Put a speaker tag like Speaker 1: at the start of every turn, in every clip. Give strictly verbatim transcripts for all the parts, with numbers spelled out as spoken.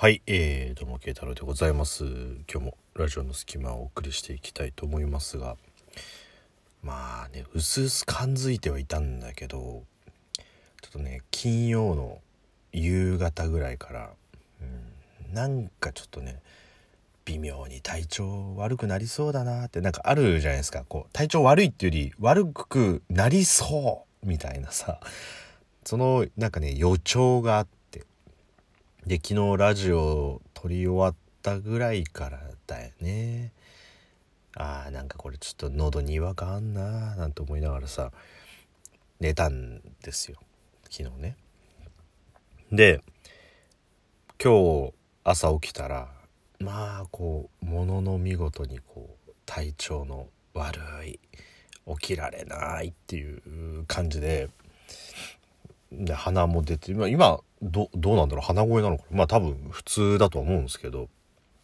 Speaker 1: はい、えー、どうも慶太郎でございます。今日もラジオの隙間をお送りしていきたいと思いますが、まあね、うすうす感づいてはいたんだけど、ちょっとね、金曜の夕方ぐらいから、うん、なんかちょっとね、微妙に体調悪くなりそうだなってなんかあるじゃないですか。こう体調悪いっていうより悪くなりそうみたいなさ、そのなんかね予兆があって、で昨日ラジオ撮り終わったぐらいからだよね。あーなんかこれちょっと喉に違和感あんなーなんて思いながらさ寝たんですよ、昨日ね。で今日朝起きたら、まあこうものの見事にこう体調の悪い、起きられないっていう感じで、で鼻も出て、今今どどうなんだろう、鼻声なのかな、まあ多分普通だと思うんですけど、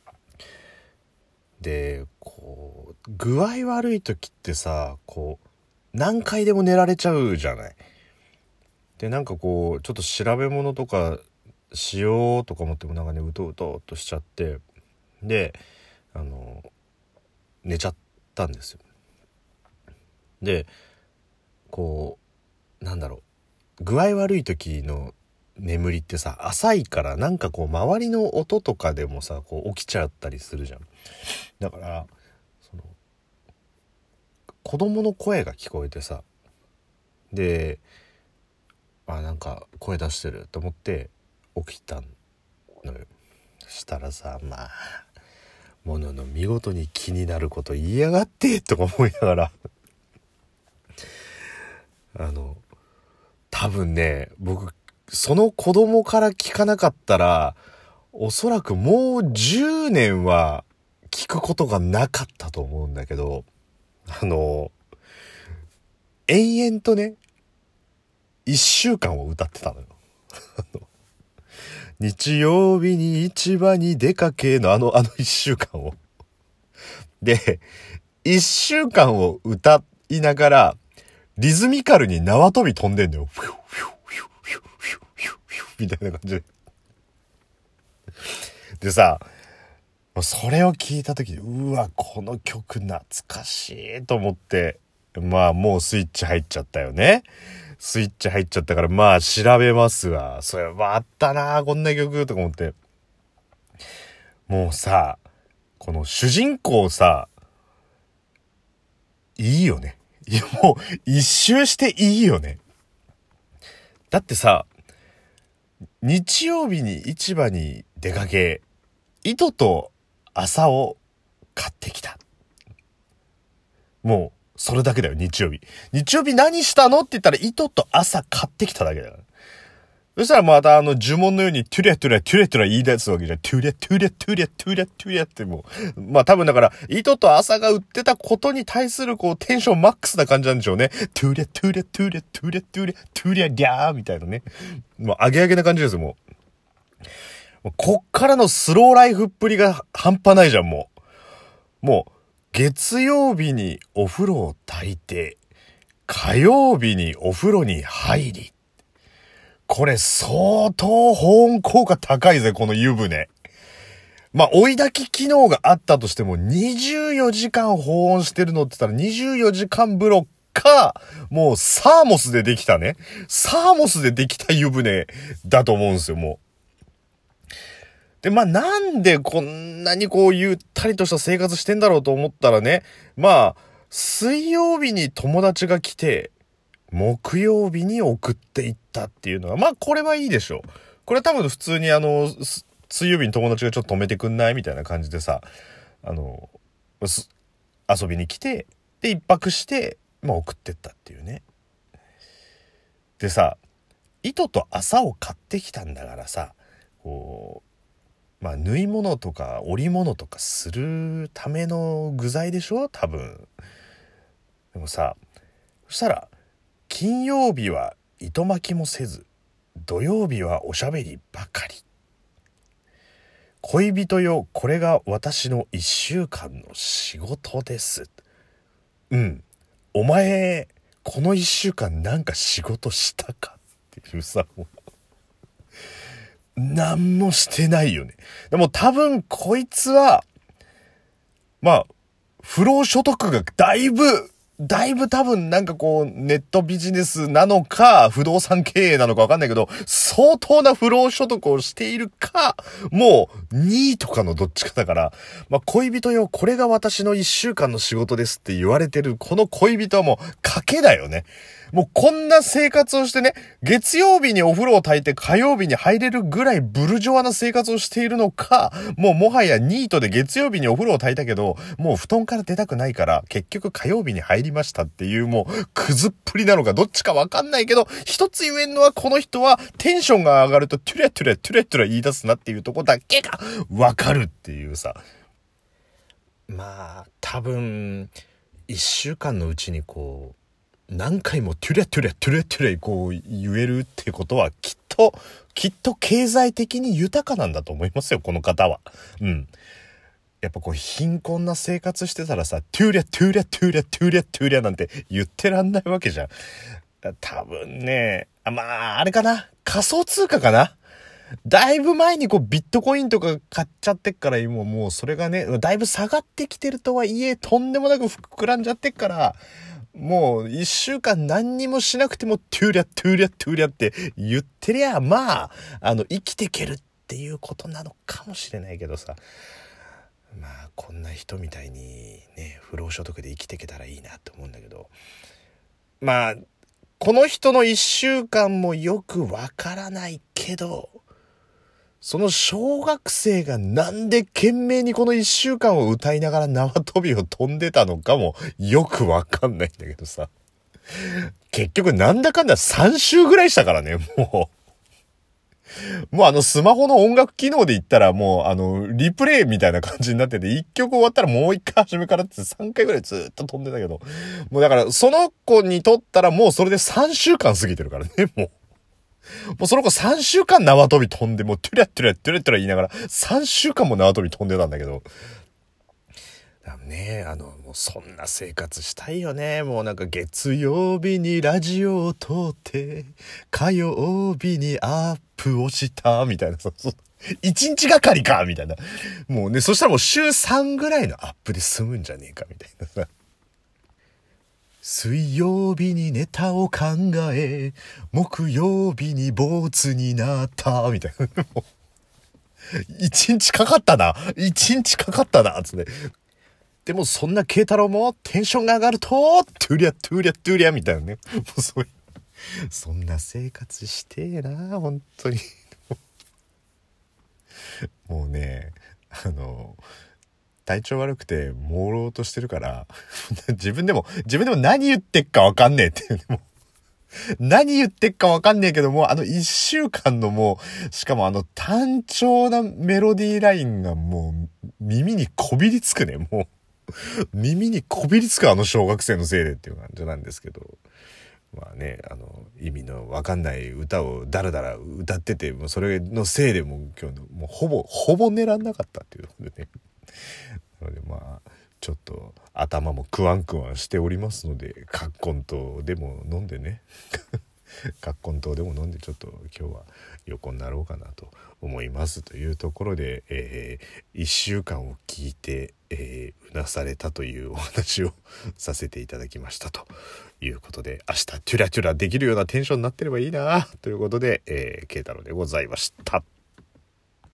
Speaker 1: でこう具合悪い時ってさ、こう何回でも寝られちゃうじゃない。でなんかこうちょっと調べ物とかしようとか思ってもなんかねうとうとっとしちゃって、であの寝ちゃったんですよ。でこうなんだろう、具合悪い時の眠りってさ浅いから、なんかこう周りの音とかでもさこう起きちゃったりするじゃん。だからその子供の声が聞こえてさ、であなんか声出してると思って起きたのよ。そしたらさ、まあものの見事に気になること言いやがってとか思いながらあの多分ね、僕その子供から聞かなかったらおそらくもうじゅうねんは聞くことがなかったと思うんだけど、あの延々とねいっしゅうかんを歌ってたのよ日曜日に市場に出かけのあのあのいっしゅうかんをでいっしゅうかんを歌いながらリズミカルに縄跳び飛んでんのよ。フュフュフュフュフュフュフュみたいな感じで。でさ、それを聞いた時に、うわ、この曲懐かしいと思って、まあもうスイッチ入っちゃったよね。スイッチ入っちゃったから、まあ調べますわ。それはあったな、こんな曲とか思って。もうさ、この主人公さ、いいよね。いやもう一周していいよね。だってさ、日曜日に市場に出かけ、糸と麻を買ってきた。もうそれだけだよ。日曜日日曜日何したのって言ったら糸と麻買ってきただけだから。そしたらまたあの呪文のようにトゥレトゥレトゥレトゥレ言い出すわけじゃん。トゥレトゥレトゥレトゥレトゥレってもう、まあ多分だから糸と麻が売ってたことに対するこうテンションマックスな感じなんでしょうね。トゥレトゥレトゥレトゥレトゥレトゥレリャーみたいなね。もう上げ上げな感じですよ。もうこっからのスローライフっぷりが半端ないじゃん。もうもう月曜日にお風呂を炊いて火曜日にお風呂に入り、これ相当保温効果高いぜ、この湯船。まあ、追い焚き機能があったとしても、にじゅうよじかん保温してるのって言ったらにじゅうよじかん風呂か、もうサーモスでできたね。サーモスでできた湯船だと思うんですよ、もう。で、まあ、なんでこんなにこうゆったりとした生活してんだろうと思ったらね、まあ、水曜日に友達が来て、木曜日に送っていったっていうのは、まあこれはいいでしょう。これ多分普通にあの、水曜日に友達がちょっと止めてくんないみたいな感じでさ、あの、遊びに来て、で一泊して、まあ送ってったっていうね。でさ、糸と麻を買ってきたんだからさ、こう、まあ縫い物とか織物とかするための具材でしょ多分。でもさ、そしたら、金曜日は糸巻きもせず、土曜日はおしゃべりばかり。恋人よ、これが私の一週間の仕事です。うん。お前、この一週間なんか仕事したかっていうさ、も何もしてないよね。でも多分こいつは、まあ、不労所得がだいぶ、だいぶ多分なんかこうネットビジネスなのか不動産経営なのかわかんないけど相当な不労所得をしているかもうにいとかのどっちかだから、まあ恋人よこれが私のいっしゅうかんの仕事ですって言われてるこの恋人はもう賭けだよね。もうこんな生活をしてね、月曜日にお風呂を炊いて火曜日に入れるぐらいブルジョワな生活をしているのか、もうもはやニートで月曜日にお風呂を炊いたけどもう布団から出たくないから結局火曜日に入りましたっていうもうクズっぷりなのかどっちかわかんないけど、一つ言えんのはこの人はテンションが上がるとトゥレトゥレトゥレトゥレ言い出すなっていうとこだけがわかるっていうさ。まあ多分いっしゅうかんのうちにこう何回もトゥレトゥレトゥレトゥレこう言えるってことはきっときっと経済的に豊かなんだと思いますよこの方は。うんやっぱこう貧困な生活してたらさトゥレトゥレトゥレトゥレトゥレなんて言ってらんないわけじゃん。多分ねあまああれかな仮想通貨かな。だいぶ前にこうビットコインとか買っちゃってっから今もうそれがねだいぶ下がってきてるとはいえとんでもなく膨らんじゃってっからもう一週間何にもしなくてもトゥーリャトゥーリャトゥーリャって言ってりゃまああの生きていけるっていうことなのかもしれないけどさ、まあこんな人みたいにね不労所得で生きていけたらいいなって思うんだけど、まあこの人の一週間もよくわからないけどその小学生がなんで懸命にこの一週間を歌いながら縄跳びを飛んでたのかもよくわかんないんだけどさ。結局なんだかんださん週ぐらいしたからね、もう。もうあのスマホの音楽機能で言ったらもうあのリプレイみたいな感じになってていっきょく終わったらもういっかい初めからってさんかいぐらいずっと飛んでたけど、もうだからその子にとったらもうそれでさんしゅうかん過ぎてるからね、もう。もうその子さんしゅうかん縄跳び飛んで、もうトゥラトゥラトゥラトゥラ言いながらさんしゅうかんも縄跳び飛んでたんだけど。ねえ、あの、もうそんな生活したいよね。もうなんか月曜日にラジオを撮って、火曜日にアップをしたみたいな。そうそう。一日がかりかみたいな。もうね、そしたらもう週さんぐらいのアップで済むんじゃねえかみたいなさ。水曜日にネタを考え木曜日に坊主になったみたいな一日かかったな一日かかったなつって。でもそんな慶太郎もテンションが上がるとトゥリャトゥリャトゥリャみたいなね、もうそういうそんな生活してえな本当にもうねあの体調悪くて朦朧としてるから自分でも自分でも何言ってっかわかんねえっていうもう何言ってっかわかんねえけどもあの一週間のもうしかもあの単調なメロディーラインがもう耳にこびりつくね、もう耳にこびりつくあの小学生のせいでっていう感じなんですけど、まあねあの意味のわかんない歌をだらだら歌っててもうそれのせいでもう今日のもうほぼほぼ寝らんなかったっていうことでねなのでまあちょっと頭もクワンクワンしておりますのでカッコン糖でも飲んでねカッコン糖でも飲んでちょっと今日は横になろうかなと思いますというところで、えー、いっしゅうかんを聞いて、えー、うなされたというお話をさせていただきましたということで、明日トゥラトゥラできるようなテンションになってればいいなということで、えー、慶太郎でございました。